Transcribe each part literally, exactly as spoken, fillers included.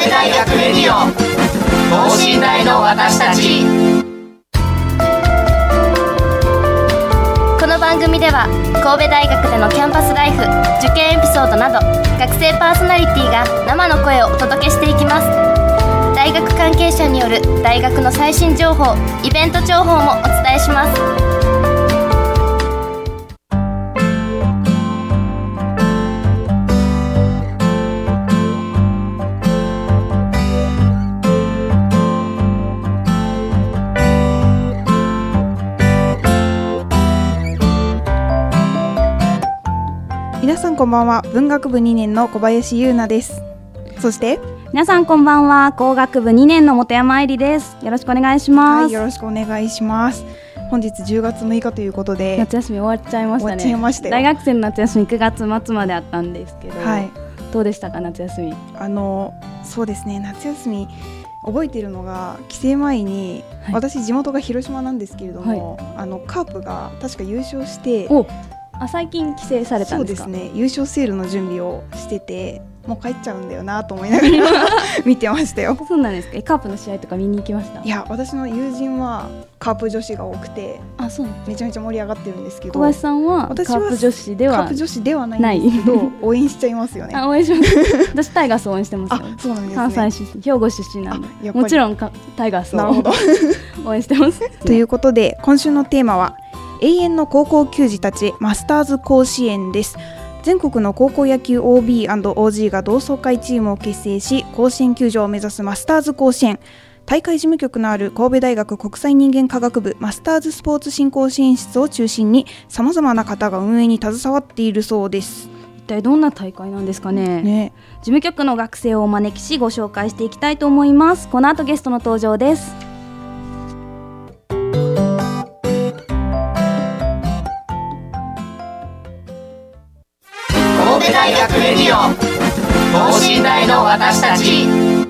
神戸大学レディオ等身大の私たち。 この番組では神戸大学でのキャンパスライフ、受験エピソードなど学生パーソナリティが生の声をお届けしていきます。大学関係者による大学の最新情報、イベント情報もお伝えします。 皆さんこんばんは。文学部にねんの小林優奈です。そして皆さんこんばんは。工学部にねんの本山愛理です。よろしくお願いします。 はい、よろしくお願いします。本日じゅうがつむいかということで夏休み終わっちゃいましたね。 終わっちゃいましたよ。 大学生の夏休みくがつまつまであったんですけど、 はい、 どうでしたか夏休み。 あのそうですね、夏休み覚えているのが帰省前に、はい、私地元が広島なんですけれども、はい、あのカープが確か優勝して、 おあ最近帰省されたんですか。 そうですね、優勝セールの準備をしてて、もう帰っちゃうんだよなと思いながら見てましたよ。 そうなんですか。カープの試合とか見に行きました。 いや、私の友人はカープ女子が多くて、 あそうめちゃめちゃ盛り上がってるんですけど、 小林さんはカープ女子ではカープ女子ではないんですけど応援しちゃいますよね。 あ応援します私タイガース応援してますよ。 あそうなんですね。 関西出身、兵庫出身なんでもちろんタイガースを応援してますということで今週のテーマは永遠の高校球児たちマスターズ甲子園です。全国の高校野球 オービーアンドオージー が同窓会チームを結成し甲子園球場を目指すマスターズ甲子園。大会事務局のある神戸大学国際人間科学部マスターズスポーツ振興支援室を中心にさまざまな方が運営に携わっているそうです。 一体どんな大会なんですか ね, ね事務局の学生をお招きしご紹介していきたいと思います。この後ゲストの登場です。 神戸大学レディオ等身大の私たち。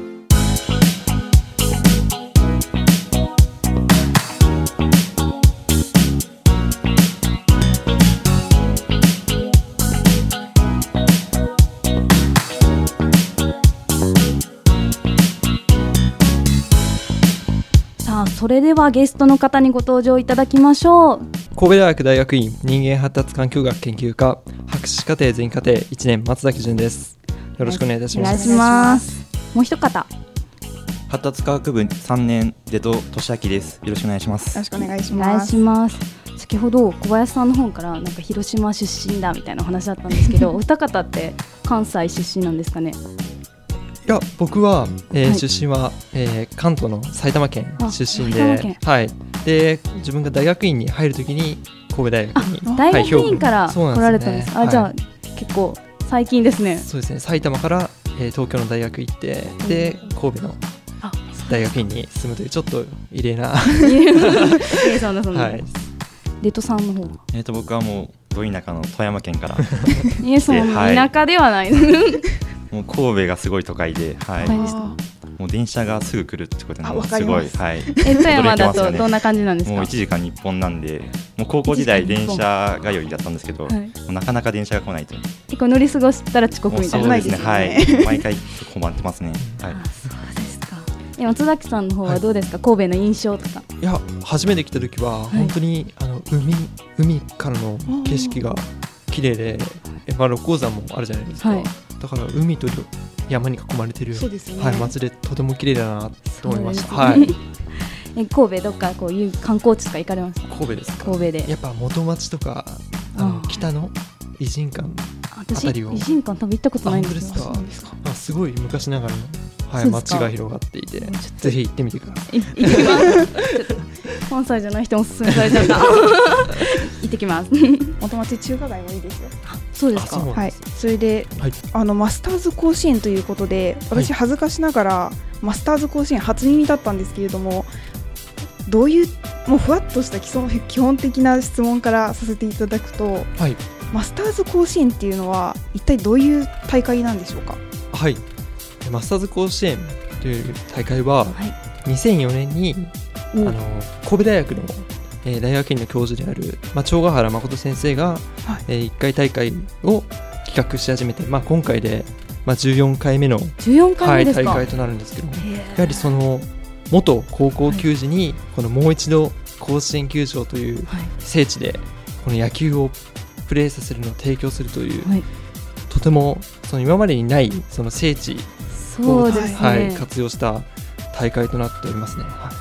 さあそれではゲストの方にご登場いただきましょう。 神戸大学大学院人間発達環境学研究科博士課程全課程いちねん松崎淳です。よろしくお願いいたします。 お願いします。もう一方発達科学部さんねん出戸俊明です。よろしくお願いします。 よろしくお願いしおます。 願いします。先ほど小林さんの方からなんか広島出身だみたいな話だったんですけどお二方って関西出身なんですかね。 いや僕は、えーはい、 出身は、えー、関東の埼玉県出身で、はい、で自分が大学院に入るときに神戸大学に大学院から来られたんです。 はい、 あじゃあ、 はい、 結構最近ですね。 そうですね、埼玉から、えー、東京の大学行って、うん、で神戸の大学院に住むというちょっと異例なそんなそんな、はい、レトさんの方は、 えー、と僕はもうど田舎の富山県からいやその田舎ではない、はいもう神戸がすごい都会で、はい、もう電車がすぐ来るってことにすごい、はい、 え富山だとどんな感じなんですか。 もういちじかん日本なんで、もう高校時代電車通いだったんですけど、はい、もうなかなか電車が来ないという結構乗り過ごしたら遅刻みたいな。 そうですね、はい、毎回困ってますね、はい、 あそうですか。松崎さんの方はどうですか、はい、神戸の印象とか。 いや初めて来た時は本当に、はい、あの 海, 海からの景色が綺麗で、まあ、六甲山もあるじゃないですか、はい、だから海と山に囲まれてる、 そうですね、 はい、町でとても綺麗だなと思いました。 はい、え神戸どっかこういう観光地とか行かれました。 神戸ですか。 神戸でやっぱ元町とかあの北の偉人館あたりを。 偉人館多分行ったことないんですよ。 あ、本当ですか。あ、すごい昔ながらの、はい、町が広がっていてぜひ行ってみてください。 行ってきます関西じゃない人もおすすめされちゃった行ってきます元町中華街もいいですよ。 そうですか。 そはい、それで、はい、あのマスターズ甲子園ということで私恥ずかしながら、はい、マスターズ甲子園初耳だったんですけれども、どういうもうふわっとした基礎基本的な質問からさせていただくと、はい、マスターズ甲子園っていうのは一体どういう大会なんでしょうか。 はい、マスターズ甲子園という大会は、はい、にせんよねんにあの神戸大学の、えー、大学院の教授である、まあ、長ヶ原誠先生が、はいえー、いっかい大会を企画し始めて、まあ、今回でまあ、じゅうよんかいめのじゅうよんかいめですか、 はい、大会となるんですけども、やはりその元高校球児にこのもう一度甲子園球場という聖地でこの野球をプレーさせるのを提供するという、はい、とてもその今までにないその聖地を、 そうですね、 はい、活用した大会となっておりますね。はい、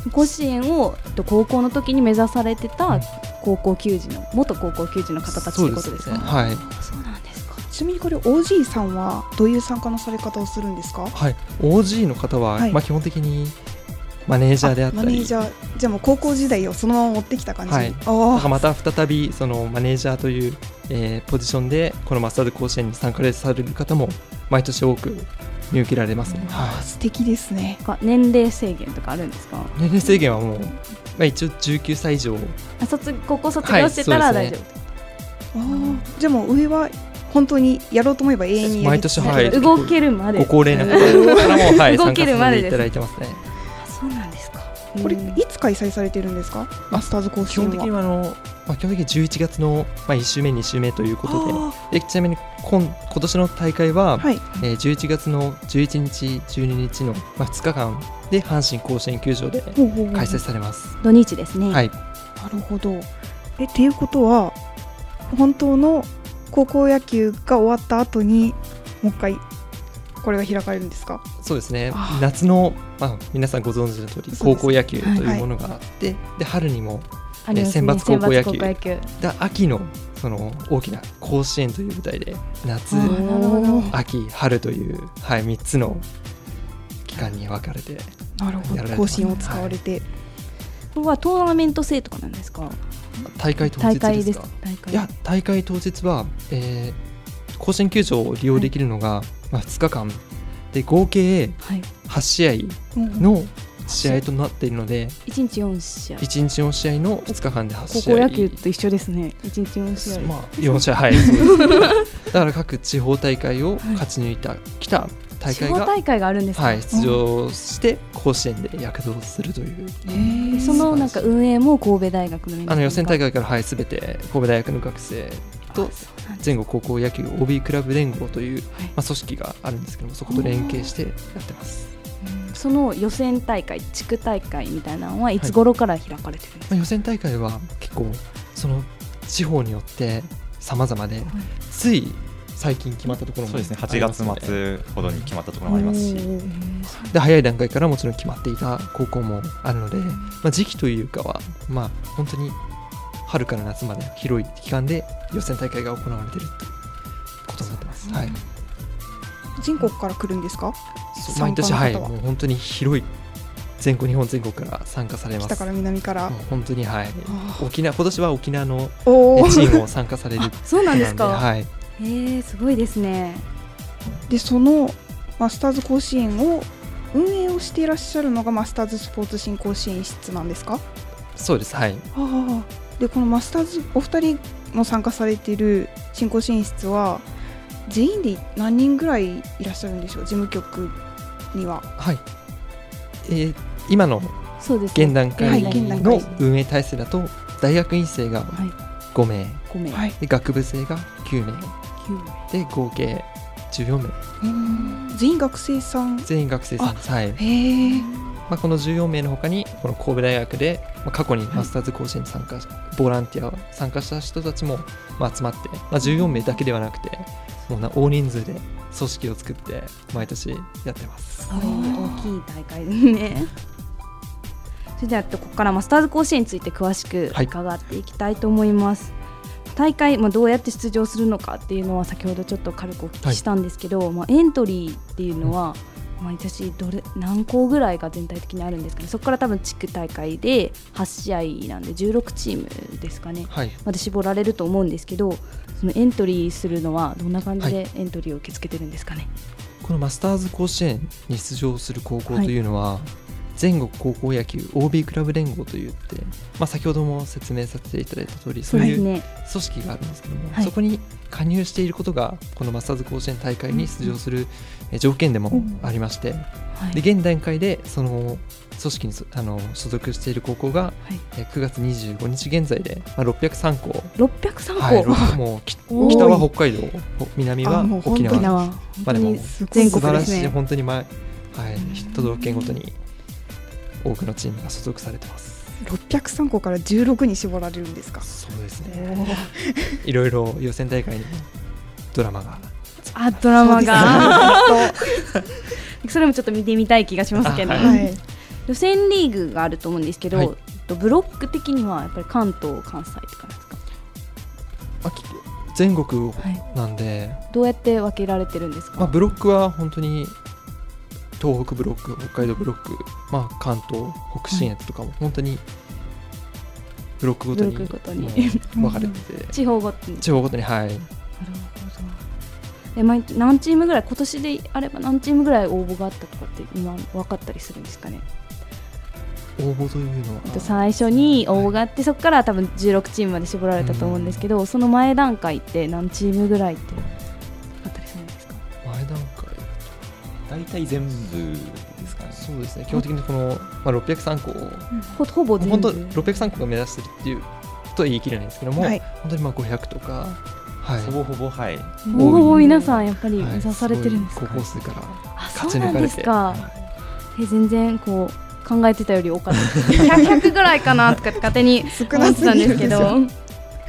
甲子園を高校の時に目指されてた高校球児の元高校球児の方たちということですか。 はい、 そうなんですか。 ちなみにこれ オージー さんはどういう参加のされ方をするんですか。 はい、オージー の方は、はい、まあ、基本的にマネージャーであったり、 マネージャー、じゃあもう高校時代をそのまま持ってきた感じ。はい、 あまた再びそのマネージャーという、えー、ポジションでこのマスターズ甲子園に参加される方も毎年多く見受けられますね。 はい、素敵ですね。 年齢制限とかあるんですか。 年齢制限はもう、まあ、一応じゅうきゅうさい以上、 あ卒高校卒業してたら大丈夫、 はい、ね、あじゃあもう上は本当にやろうと思えば永遠にや毎年、はい、 動けるまでご高齢な方からも、はい、参加させていただいてますね。 そうなんですか。 これいつ開催されてるんですか、マスターズ甲子園は。 基本的にはあの、まあ、基本的にじゅういちがつの、まあ、いち週目に週目ということで、でちなみに 今, 今年の大会は、はい、えー、じゅういちがつのじゅういちにちじゅうににちの、まあ、ふつかかんで阪神甲子園球場で開催されます。 土日ですね。 はい、 なるほど。えっていうことは本当の高校野球が終わった後にもう一回これが開かれるんですか。 そうですね。夏の、まあ、皆さんご存知の通り高校野球というものがあって、はい、で春にも、ね、選抜高校野球、野球で秋のその大きな甲子園という舞台で夏、秋、春という、はい、みっつの期間に分かれてなるほど甲子園を使われて、はい、 これはトーナメント制とかなんですか。 大会当日ですか。 大会です。 いや大会当日は、えー、甲子園球場を利用できるのが、はい、まあ、ふつかかんで合計はちしあいの試合となっているので、 いちにちよんしあい、 いちにちよんしあいのふつかかんではちしあい。 高校野球と一緒ですね。いちにちよんしあい、 まあ、よんしあい、はい、そうですだから各地方大会を勝ち抜いた、はい、来た大会が、 地方大会があるんですか。 はい、出場して甲子園で躍動するという。 えー、そのなんか運営も神戸大学の皆さんが、 あの予選大会から、はい、全て神戸大学の学生と全国高校野球 オービー クラブ連合という、はい、まあ、組織があるんですけども、そこと連携してやってます。 その予選大会、地区大会みたいなのはいつ頃から開かれてるんですか。 はい、まあ、予選大会は結構その地方によって様々で、はい、つい最近決まったところも、 そうですね、はちがつ末ほどに決まったところもありますし、 で早い段階からもちろん決まっていた高校もあるので、まあ、時期というかは、まあ、本当に春から夏まで広い期間で予選大会が行われているということになってます。はい、 全国から来るんですか。 毎年、はい、もう本当に広い全国日本全国から参加されます。 北から南から本当に、はい、沖縄、今年は沖縄のチームも参加されるそうなんですか。 はい、 えー、すごいですね。 でそのマスターズ甲子園を運営をしていらっしゃるのがマスターズスポーツ振興支援室なんですか。 そうです。はい。 あでこのマスターズお二人も参加されている振興支援室は全員で何人ぐらいいらっしゃるんでしょう、事務局には。 はい、えー、今の現段階の運営体制だと大学院生がごめい、 ごめいで学部生がきゅうめいで合計じゅうよんめい。 全員学生さん。 全員学生さんです。はい、 へえ。 まあ、このじゅうよんめいの他にこの神戸大学で、まあ、過去にマスターズ甲子園に参加し、はい、ボランティア参加した人たちも、まあ、集まって、まあ、じゅうよんめいだけではなくてもうな大人数で組織を作って毎年やってます。 大きい大会ですね。それではここからマスターズ甲子園について詳しく伺っていきたいと思います。はい、大会、まあ、どうやって出場するのかっていうのは先ほどちょっと軽くお聞きしたんですけど、はい、まあ、エントリーっていうのは、うん、毎年どれ何校ぐらいが全体的にあるんですかね。そこから多分地区大会ではちしあいなんでじゅうろくチームですかね、はい、まで絞られると思うんですけど、そのエントリーするのはどんな感じでエントリーを受け付けてるんですかね。はい、 このマスターズ甲子園に出場する高校というのは、はい、 全国高校野球 オービー クラブ連合といって、まあ、先ほども説明させていただいた通りそういう組織があるんですけども、はい、そこに加入していることがこのマスターズ甲子園大会に出場する条件でもありまして、うんはい、で現段階でその組織にあの所属している高校が、はい、くがつにじゅうごにち現在で、まあ、ろっぴゃくさんころっぴゃくさんこ、 はい、もう北は北海道南は沖縄まあ、でも全国素晴らしい本当に前、はい、都道府県ごとに多くのチームが所属されてます。 ろっぴゃくさんこからじゅうろくに絞られるんですか。 そうですねいろいろ予選大会にもドラマがあドラマが そ, それもちょっと見てみたい気がしますけど、はい、予選リーグがあると思うんですけど、はい、ブロック的にはやっぱり関東関西とかですか。 あ全国なんで、はい、 どうやって分けられてるんですか。 まあ、ブロックは本当に東北ブロック、北海道ブロック、まあ、関東、北信越とかも本当にブロックごとに分かれてて地方ごとに地方ごとにはい。なるほど。え毎何チームぐらい今年であれば何チームぐらい応募があったとかって今分かったりするんですかね。 応募というのは最初に応募があって、はい、そこから多分じゅうろくチームまで絞られたと思うんですけど、うん、その前段階って何チームぐらいってあったりするんですか。 前段階大体全部ですかね。 そうですね。基本的にこの、まあ、ろっぴゃくさんこ、うん、 ほ, ほぼ全部本当ろっぴゃくさんこが目指してるっていうとは言い切れないんですけども、はい、本当にまあごひゃくとか、はい、 ほぼほぼはいほぼほぼ皆さんやっぱり目指されてるんですか、 はい、高校生から勝ち抜かれて。そうなんですか、はい、え全然こう考えてたより多かったひゃくぐらいかなとか勝手に思ってたんですけどそうなんです。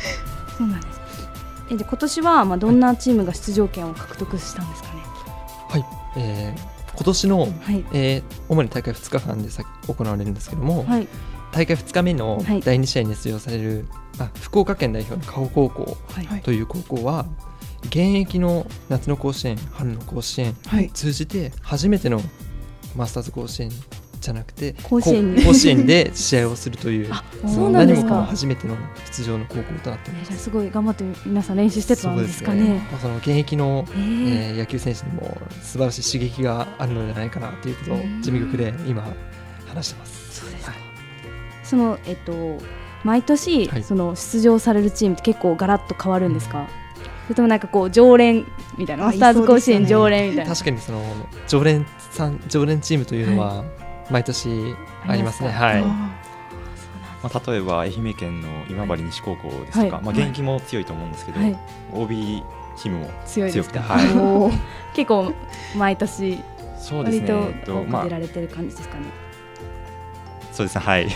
えで今年はまあどんなチームが出場権を獲得したんですかね。 はい、えー、今年の、はいえー、主に大会ふつかかんで行われるんですけども、はい、大会ふつかめのだいに試合に出場される、はい、あ福岡県代表の加穂高校という高校は、現役の夏の甲子園春の甲子園を通じて初めてのマスターズ甲子園じゃなくて甲子園甲子園で試合をするというそうなんですか。 何もかも初めての出場の高校となっています。 えー、すごい頑張って皆さん練習してたんですかね。 そうですね。その現役の、えーえー、野球選手にも素晴らしい刺激があるのではないかなということを地味局で今話してます。 そうですか。はい、そのえっと毎年、はい、その出場されるチームって結構ガラッと変わるんですか。うん、それともなんかこう常連みたいなマスターズ甲子園常連みたいな。 確かにその常連さん常連チームというのは、はい毎年ありますね。はい。 まあ、例えば愛媛県の今治西高校ですとか、はいまあ、現役も強いと思うんですけど、はい、オービー チームも強くて強いですか、 はい、結構毎年そうですね割と出られてる感じですかね。 まあ、そうですねはい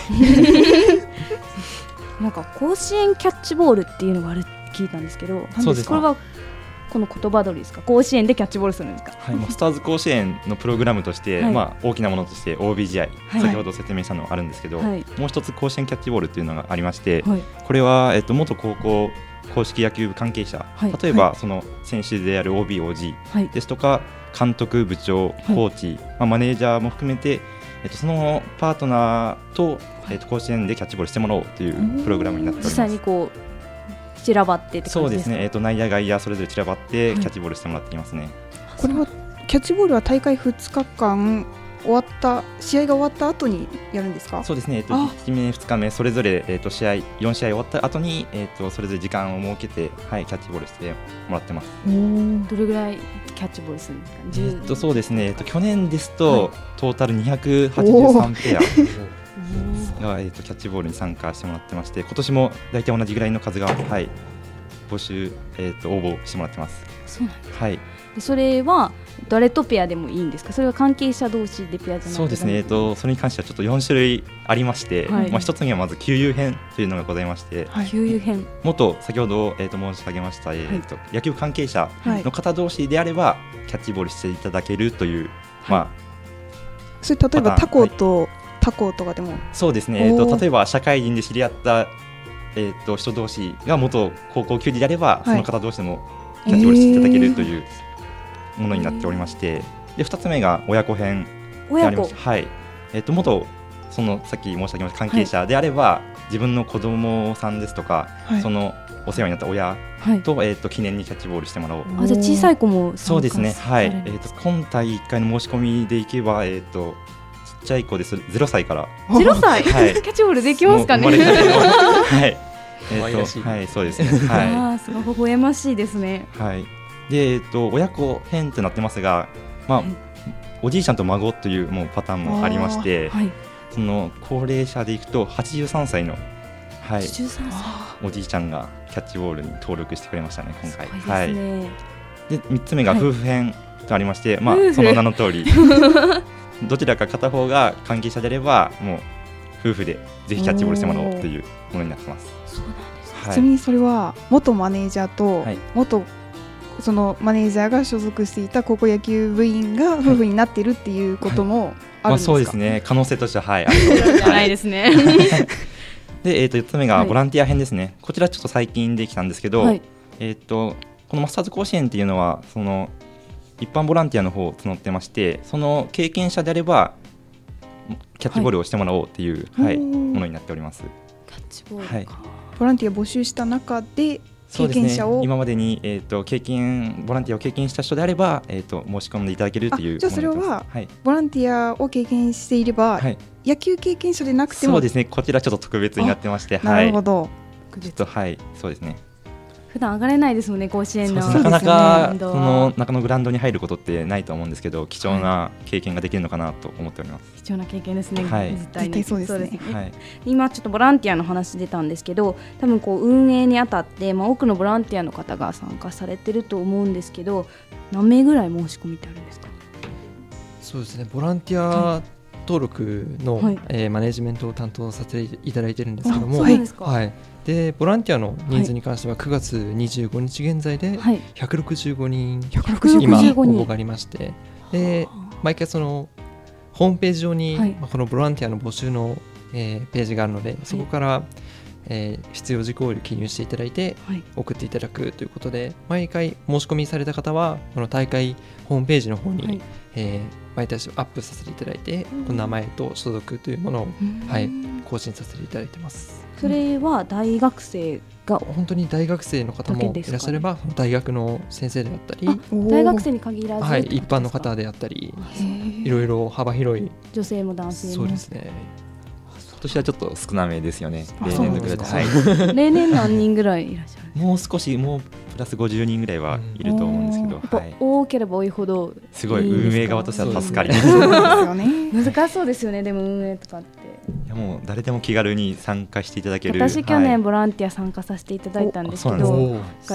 なんか甲子園キャッチボールっていうのがあるって聞いたんですけど、 そうですか。 これはこの言葉通りですか。甲子園でキャッチボールするんですか。 はい、マスターズ甲子園のプログラムとして、はいまあ、大きなものとして オービー 試合、はい、先ほど説明したのがあるんですけど、はい、もう一つ甲子園キャッチボールっていうのがありまして、はい、これは、えっと、元高校公式野球部関係者、はい、例えば、はい、その選手である オービー、オージー ですとか、監督、部長、コーチ、はいまあ、マネージャーも含めて、えっと、そのパートナーと、えっと、甲子園でキャッチボールしてもらおうというプログラムになっております。 実際にこう散らばってって感じですか。 そうですね、えー、と内野外野それぞれ散らばってキャッチボールしてもらっていますね。はい、 これはキャッチボールは大会ふつかかん終わった試合が終わった後にやるんですか。 そうですね、えー、といちにちめふつかめそれぞれ、えー、と試合よんしあい終わった後に、えー、とそれぞれ時間を設けて、はい、キャッチボールしてもらってます。 どれぐらいキャッチボールするんですか。 えー、とそうですね、えー、と去年ですと、はい、トータルにひゃくはちじゅうさんペアが、えー、とキャッチボールに参加してもらってまして、今年も大体同じぐらいの数が、はい、募集、えー、と応募してもらってます。 そうなんですか。 はい、 でそれは誰とペアでもいいんですか。それは関係者同士でペアじゃなくて。 そうですね、えー、とそれに関してはちょっとよんしゅるいありまして、はいまあ、ひとつにはまず給油編というのがございまして、 はい、給油編元先ほど、えー、と申し上げました、えーとはい、野球部関係者の方同士であれば、はい、キャッチボールしていただけるという、はいまあ、 それ例えば他校と、はい、他校とかでも。 そうですね、えー、と例えば社会人で知り合ったえー、と人同士が元高校球児であれば、はい、その方同士でもキャッチボールしていただけるというものになっておりまして、でふたつめが親子編でありました。はいえー、と元そのさっき申し上げました関係者であれば、はい、自分の子供さんですとか、はい、そのお世話になった親と、はいえー、と記念にキャッチボールしてもらおう。 あじゃあ小さい子もそうですね、はいえー、と今大会の申し込みでいけば、えー、とちゃい子です。ゼロさいからゼロさい、 はい、 キャッチボールできますかね。 はい、えーとはい、そうですね。はい、 あ、すごく微笑ましいですね。 はい。で、えーと親子編となってますが、まあ、はい、おじいちゃんと孫というもうパターンもありまして、はい、その高齢者でいくとはちじゅうさんさいの、はい、はちじゅうさんさいおじいちゃんがキャッチボールに登録してくれましたね、今回。 すごいですね。はい、 でみっつめが夫婦編とありまして、はい、まあ、その名の通りどちらか片方が関係者であればもう夫婦でぜひキャッチボールしてもらおうというものになってます。 そうなんです、はい、ちなみにそれは元マネージャーと元そのマネージャーが所属していた高校野球部員が夫婦になっているっていうこともあるんですか？ はい、まあ、そうですね、可能性としては、はい、あるじゃないですね。 で、えー、とよっつめがボランティア編ですね。はい、こちらちょっと最近できたんですけど、はい、えー、とこのマスターズ甲子園っていうのはその一般ボランティアの方を募ってまして、その経験者であればキャッチボールをしてもらおうっていう、はいはい、ものになっております。 キャッチボールか、はい、 ボランティア募集した中で経験者を、 ね、今までに、えー、と経験ボランティアを経験した人であれば、えー、と申し込んでいただけるっていう。 じゃあそれは、はい、ボランティアを経験していれば、はい、野球経験者でなくても。 そうですね、こちらちょっと特別になってまして、 はい、なるほど、 ちょっと、はい、そうですね。 普段上がれないですもんね、甲子園の。 なかなかその中のグラウンドに入ることってないと思うんですけど、貴重な経験ができるのかなと思っております。 貴重な経験ですね、 はい、 絶対に。 絶対そうですね。 はい、今ちょっとボランティアの話出たんですけど、多分こう運営にあたって、まあ、多くのボランティアの方が参加されてると思うんですけど、何名ぐらい申し込みってあるんですか？ そうですね、ボランティア登録の、はい、えー、マネジメントを担当させていただいてるんですけども、 そうですか。 はい、でボランティアの人数に関してはくがつにじゅうごにち現在でひゃくろくじゅうごにん、はい、今応募がありまして、で毎回そのホームページ上に、はい、このボランティアの募集の、えー、ページがあるので、そこから、はい、えー、必要事項を記入していただいて、はい、送っていただくということで、毎回申し込みされた方はこの大会ホームページの方に、はい、えー毎年アップさせていただいて、この名前と所属というものを、はい、更新させていただいてます。 それは大学生が本当に大学生の方もいらっしゃれば、大学の先生であったり、 大学生に限らず、 はい、一般の方であったり、いろいろ幅広い、 女性も男性も。 そうですね。 今年はちょっと少なめですよね、例年と比べて。はい、 例年何人ぐらいいらっしゃる？ もう少し、もうプラスごじゅうにんぐらいはいると思うんですけど、 うん、はい、多ければ多いほどすごい運営側としては助かります。 難しそうですよね、でも運営とかって。 いや、もう誰でも気軽に参加していただける。 私去年ボランティア参加させていただいたんですけど、はい、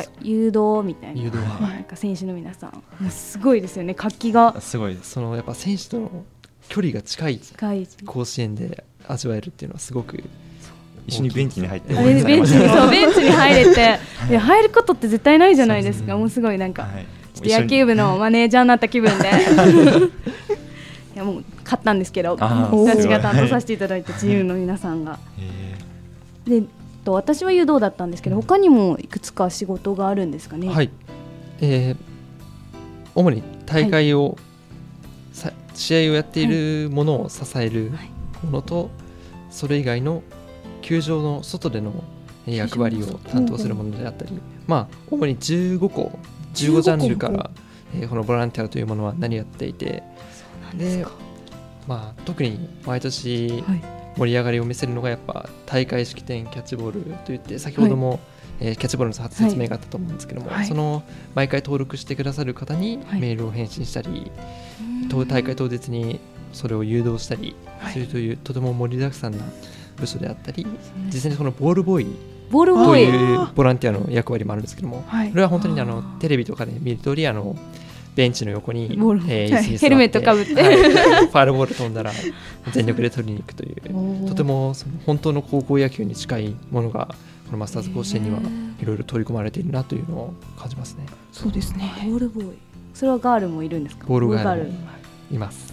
誘導みたいな、誘導、なんか選手の皆さんもうすごいですよね、活気がすごい。そのやっぱ選手との距離が近い甲子園で味わえるっていうのはすごく。 一緒にベンチに入ってベンチにそうベンチに入れていや入ることって絶対ないじゃないですか。もうすごいなんか、はい、ちょっと野球部のマネージャーになった気分でいやもう勝ったんですけど、私が担当させていただいたチームの皆さんがでと私は誘導だったんですけど、他にもいくつか仕事があるんですかね。 はい、えー、主に大会を、はい、試合をやっているものを支えるものと、はい、それ以外の球場の外での役割を担当するものであったり、まあ、主にじゅうごこ、じゅうごジャンルから、えー、このボランティアというものは何やっていて、で、まあ、特に毎年盛り上がりを見せるのがやっぱ大会式典キャッチボールといって、先ほども、はい、えー、キャッチボールの初説明があったと思うんですけども、はい、その毎回登録してくださる方にメールを返信したり、はい、大会当日にそれを誘導したりするという、はい、とても盛りだくさんな部署であったり、実際にそのボールボーイボールボーイというボランティアの役割もあるんですけども、はい、これは本当にあのテレビとかで見る通り、あのベンチの横に、 えー、ヘルメットかぶって、 はい、ファウルボール飛んだら全力で取りに行くというとてもその本当の高校野球に近いものがこのマスターズ甲子園にはいろいろ取り込まれているなというのを感じますね。 そうですね。 ボールボーイ、それはガールもいるんですか？ ボールガールいます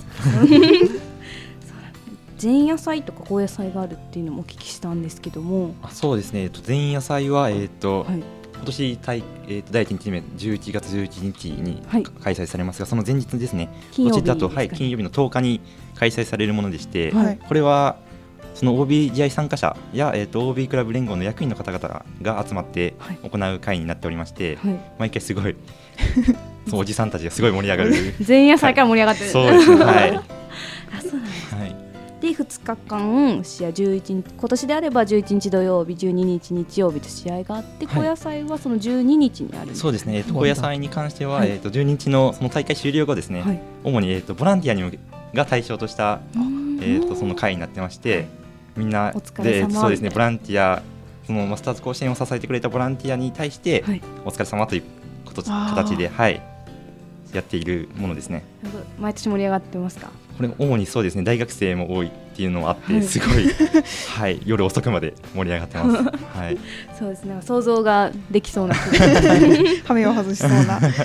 前夜祭とか後夜祭があるっていうのもお聞きしたんですけども。 あ、そうですね、えっと、前夜祭は、えーとはい、今年たい、えーと、だいいちにちめじゅういちがつじゅういちにちに、はい、開催されますが、その前日ですね、 金曜日だと、はい、金曜日のとおかに開催されるものでして、はい、これはその オービー 試合参加者や、えーと、オービー クラブ連合の役員の方々が集まって行う会になっておりまして、はい、毎回すごいそうおじさんたちがすごい盛り上がる前夜祭から盛り上がってるそうですね、はいあ、そうなんです、 はい、 でふつかかん試合じゅういちにち、今年であればじゅういちにち土曜日じゅうににち日曜日と試合があって、はい、高野祭はそのじゅうににちにあるんですか。 そうですね、えー、と高野祭に関しては、はい、えー、とじゅうににち の, その大会終了後ですね、はい、主に、えー、とボランティアに向けが対象とした、えー、とその会になってまして、みんなでそうですね、ボランティア、そのマスターズ甲子園を支えてくれたボランティアに対して、はい、お疲れ様ということ形で、はい、やっているものですね。 毎年盛り上がってますか。 これ主にそうですね、大学生も多いっていうのもあって、はい、すごい、はい、夜遅くまで盛り上がってます、はい、 そうですね、想像ができそうな羽目を外しそうなそうです、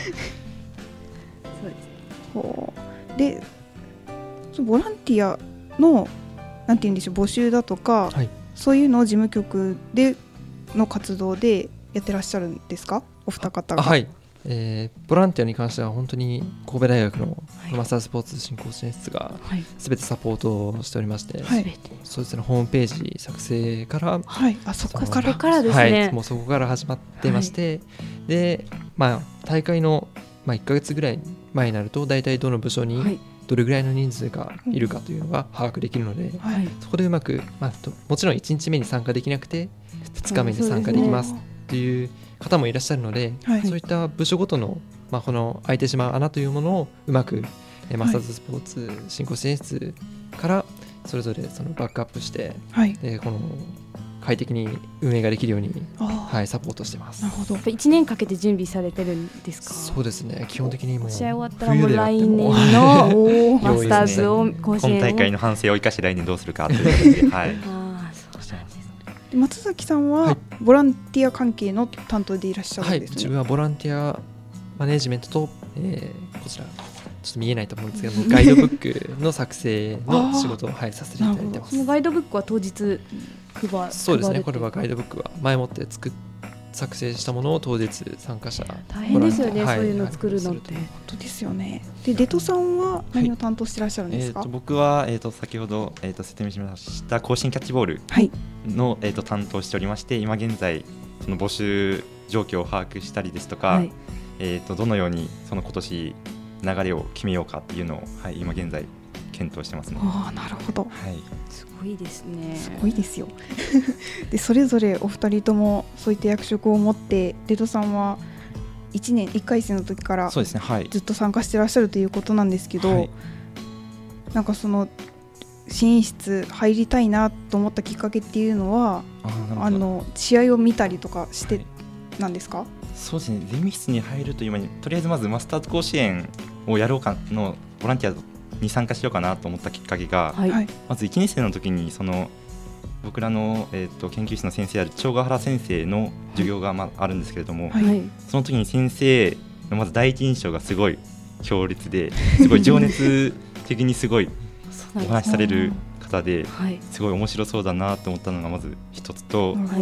こうでボランティアのなんて言うんでしょう、募集だとか、はい、そういうのを事務局での活動でやってらっしゃるんですか、お二方が。 はい、えー、ボランティアに関しては本当に神戸大学のマスタースポーツ振興支援室がすべてサポートをしておりまして、はい、そうですね、ホームページ作成から、 はい、あそこからからですね、 はい、もうそこから始まってまして、はい、で、まあ、大会の、まあ、いっかげつぐらい前になると大体どの部署にどれぐらいの人数がいるかというのが把握できるので、はい、そこでうまく、まあ、もちろんいちにちめに参加できなくてふつかめに参加できますっていう方もいらっしゃるので、はい、そういった部署ごとの、まあ、この空いてしまう穴というものをうまくえマスターズスポーツ振興支援室からそれぞれそのバックアップして、はい、でこの快適に運営ができるように、はい、サポートしてます。 なるほど。いちねんかけて準備されてるんですか。 そうですね、基本的にもう試合終わったらもう来年のマスターズを甲子園を今大会の反省を生かして来年どうするかということで、はい、 あそうしてます。松崎さんはボランティア関係の担当でいらっしゃるんですね。はい、 自分はボランティアマネージメントと、えー、こちらちょっと見えないと思うんですけどもガイドブックの作成の仕事を、はい、させていただいてます。 そのガイドブックは当日配そうですね、これはガイドブックは前もって作っ作成したものを当日参加者大変ですよね、はい、そういうの作るのって本当ですよね。でデトさんは何を担当してらっしゃるんですか。 はい、えー、と僕は、えー、と先ほど、えー、と説明しました甲子園キャッチボールの、はい、えー、と担当しておりまして、今現在その募集状況を把握したりですとか、はい、えー、とどのようにその今年流れを決めようかっていうのを、はい、今現在検討してますね。 ああ、なるほど、 はい、 すごいですね。 すごいですよでそれぞれお二人ともそういった役職を持って、デトさんはいちねんいっかい生の時からずっと参加してらっしゃるということなんですけど、はい、なんかその支援室入りたいなと思ったきっかけっていうのは あ, あの試合を見たりとかしてなんですか。はい、 そうですね、ゼミ室に入るという前にとりあえずまずマスターズ甲子園をやろうかのボランティアに参加しようかなと思ったきっかけが、はい、まずいちねん生の時にその僕らの、えー、と研究室の先生である長ヶ原先生の授業が、まあ、あるんですけれども、はい、その時に先生のまず第一印象がすごい強烈ですごい情熱的にすごいお話しされる方ですごい面白そうだなと思ったのがまず一つと、はい、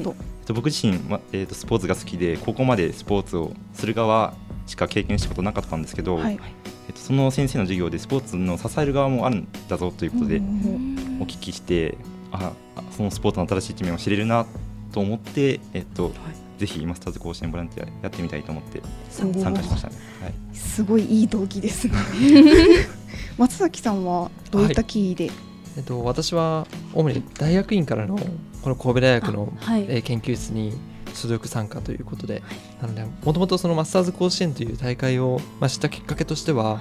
僕自身、まえー、とスポーツが好きでここまでスポーツをする側しか経験したことなかったんですけど、はい、えー、とその先生の授業でスポーツの支える側もあるんだぞということでお聞きして、あそのスポーツの新しい一面を知れるなと思って、えーとはい、ぜひマスターズ甲子園ボランティアやってみたいと思って参加しましたね。はい、 すごいいい動機ですね松崎さんはどういった経緯で。はい、 えっと、私は主に大学院からのこの神戸大学の、はい、えー、研究室に所属参加ということで、はい、なのでもともとそのマスターズ甲子園という大会を、まあ、知ったきっかけとしては、はい、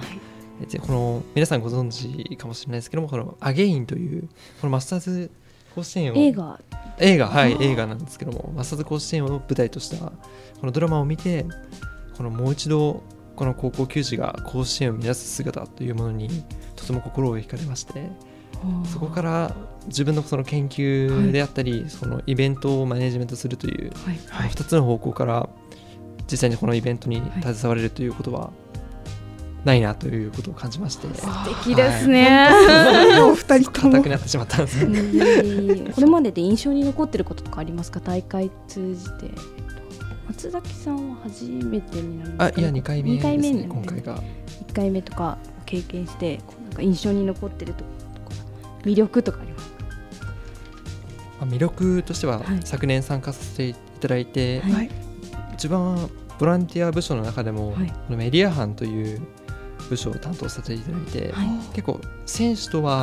この皆さんご存知かもしれないですけども、このアゲインというこのマスターズ甲子園を映画映画はい映画なんですけども、マスターズ甲子園を舞台としたこのドラマを見て、このもう一度この高校球児が甲子園を目指す姿というものにとても心を惹かれまして、そこから自分のその研究であったり、はい、そのイベントをマネジメントするという、はい、ふたつの方向から実際にこのイベントに携われるということはないなということを感じまして、 素敵ですね、 はい、お二人とも硬くなってしまったんですけどこれまでで印象に残っていることとかありますか。大会通じて松崎さんは初めてになりますか。 あいやにかいめですね、今回がいっかいめとか経験してなんか印象に残っていると魅力とかありますか。 魅力としては、はい、昨年参加させていただいて、はい、一番ボランティア部署の中でも、はい、メディア班という部署を担当させていただいて、はい、結構選手とは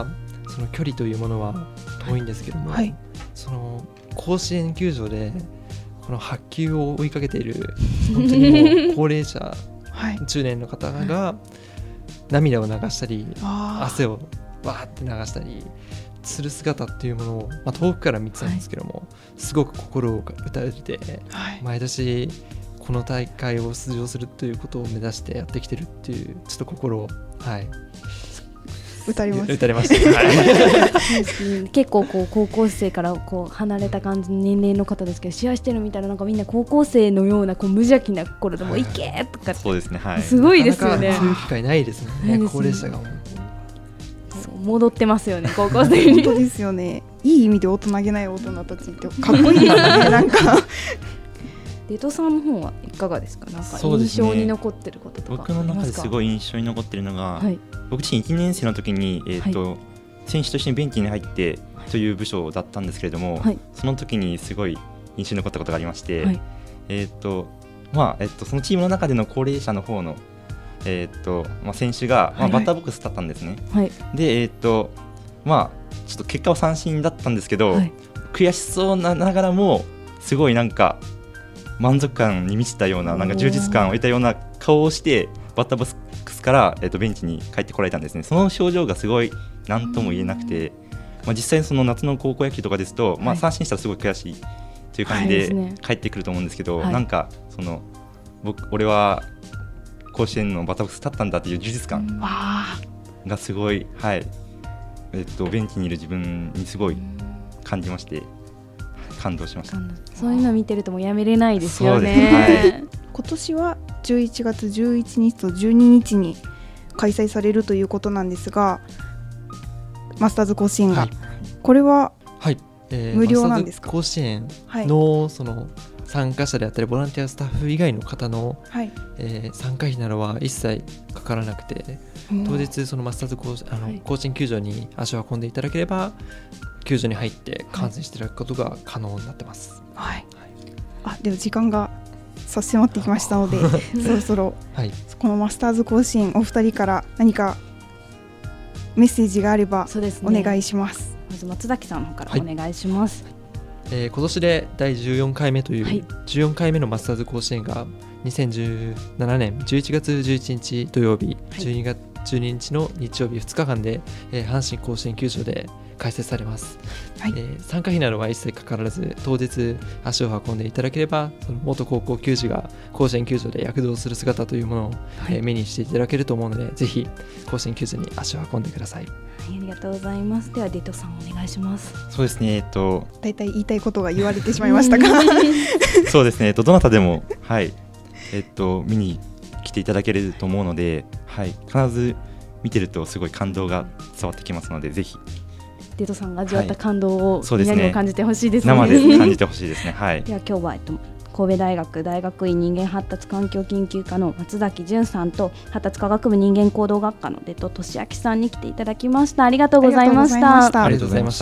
その距離というものは遠いんですけども、 はい、 その甲子園球場でこの白球を追いかけている本当にもう高齢者、はい、中年の方が涙を流したり汗をわーって流したりする姿っていうものを、まあ、遠くから見てたんですけども、はい、すごく心を打たれて、はい、毎年この大会を出場するということを目指してやってきてるっていうちょっと心を、はい、 打たれます打たれました、はい、結構こう高校生からこう離れた感じの年齢の方ですけど、試合してるみたいな、なんかみんな高校生のようなこう無邪気な心でもいけーとか、 そうですね、はい、 すごいですよね。 なかなかそういう機会ないですもんね、高齢者が戻ってますよね、高校生に。 本当ですよね。いい意味で大人げない大人たちってかっこいいですね。なんかデトさんの方はいかがですか？なんか印象に残ってることとか、 僕の中ですごい印象に残ってるのが、はい、僕自身いちねん生の時に、えーとはい、選手としてベンチに入ってという部署だったんですけれども、はい、その時にすごい印象に残ったことがありまして、はい、えーとまあえーとそのチームの中での高齢者の方のえーとまあ、選手が、まあ、バッターボックスだったんですね、はいはい、で、えーとまあ、ちょっと結果は三振だったんですけど、はい、悔しそうながらもすごいなんか満足感に満ちたような、なんか充実感を得たような顔をしてバッターボックスから、えーとベンチに帰ってこられたんですね。その表情がすごい何とも言えなくて、まあ、実際その夏の高校野球とかですと、まあ、三振したらすごい悔しいという感じで帰ってくると思うんですけど、はい、なんかその僕俺は甲子園のバッターボックス立ったんだっていう充実感がすごい、はいえっと、ベンチにいる自分にすごい感じまして感動しました。 そういうの見てるともうやめれないですよね。はい、 今年はじゅういちがつじゅういちにちとじゅうににちに開催されるということなんですが、マスターズ甲子園が、はい、これは無料なんですか？ マスターズ甲子園の、はい、その参加者であったりボランティアスタッフ以外の方の、はいえー、参加費などは一切かからなくて、当日そのマスターズ甲子、あの、はい、甲子園球場に足を運んでいただければ球場に入って観戦していただくことが可能になってます。 はいはい、あでは時間が差し迫ってきましたのでそろそろ、はい、このマスターズ甲子園お二人から何かメッセージがあればお願いします。 まず松崎さんの方からお願いします。 はいえー、今年でだいじゅうよんかいめという、はい、じゅうよんかいめのマスターズ甲子園がにせんじゅうななねんじゅういちがつじゅういちにち土曜日、はい、じゅうにがつじゅうににちの日曜日ふつかかんで、えー、阪神甲子園球場で開催されます。はいえー、参加費などは一切かからず当日足を運んでいただければその元高校球児が甲子園球場で躍動する姿というものを、はいえー、目にしていただけると思うのでぜひ甲子園球場に足を運んでください。 はい、ありがとうございます。ではデトさんお願いします。 そうですね、えっとだいたい言いたいことが言われてしまいましたか？ そうですね、えっと、どなたでも、はいえっと、見に来ていただけると思うので、はい、必ず見てるとすごい感動が伝わってきますのでぜひデトさんが味わった感動をみんなにも感じてほしいですね。 生で感じてほしいですね。はい、 では今日は、えっと、神戸大学大学院人間発達環境研究科の松崎淳さんと発達科学部人間行動学科のデト俊明さんに来ていただきました。ありがとうございました。 ありがとうございました。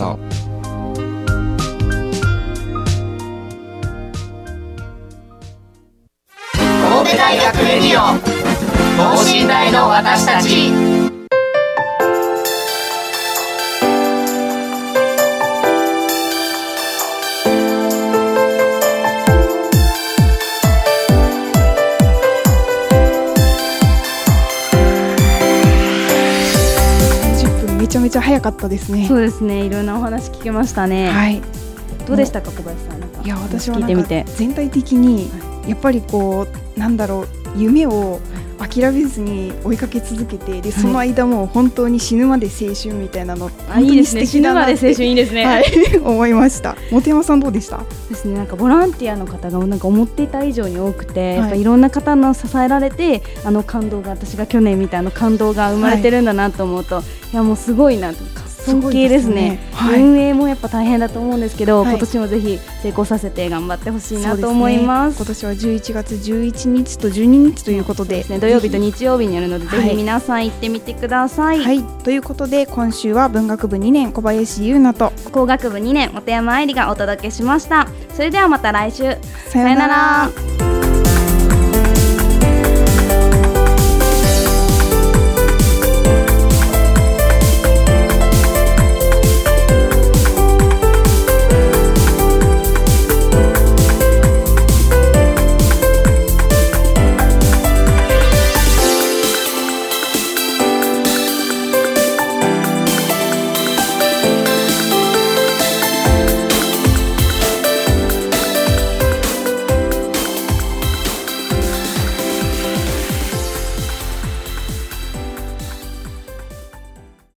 神戸大学レディオ等身大の私たち。 めちゃめちゃ早かったですね。 そうですね、いろんなお話聞けましたね。はい、どうでしたか小林さん。なんかいや私はなんか全体的にやっぱりこうなんだろう夢を諦めずに追いかけ続けてでその間も本当に死ぬまで青春みたいなの、 はい、いいですね。死ぬまで青春いいですね、 はい、思いました。本山さんどうでした？ ですね、なんかボランティアの方がなんか思っていた以上に多くて、はい、やっぱいろんな方の支えられてあの感動が私が去年見たあの感動が生まれてるんだなと思うと、はい、いやもうすごいなと尊敬ですね。はい、運営もやっぱ大変だと思うんですけど、はい、今年もぜひ成功させて頑張ってほしいなと思います。 そうですね、今年はじゅういちがつじゅういちにちとじゅうににちということで、 ね、土曜日と日曜日にあるので、はい、ぜひ皆さん行ってみてください。 はい、ということで今週は文学部にねん小林優奈と工学部にねん本山愛理がお届けしました。それではまた来週。 さようなら。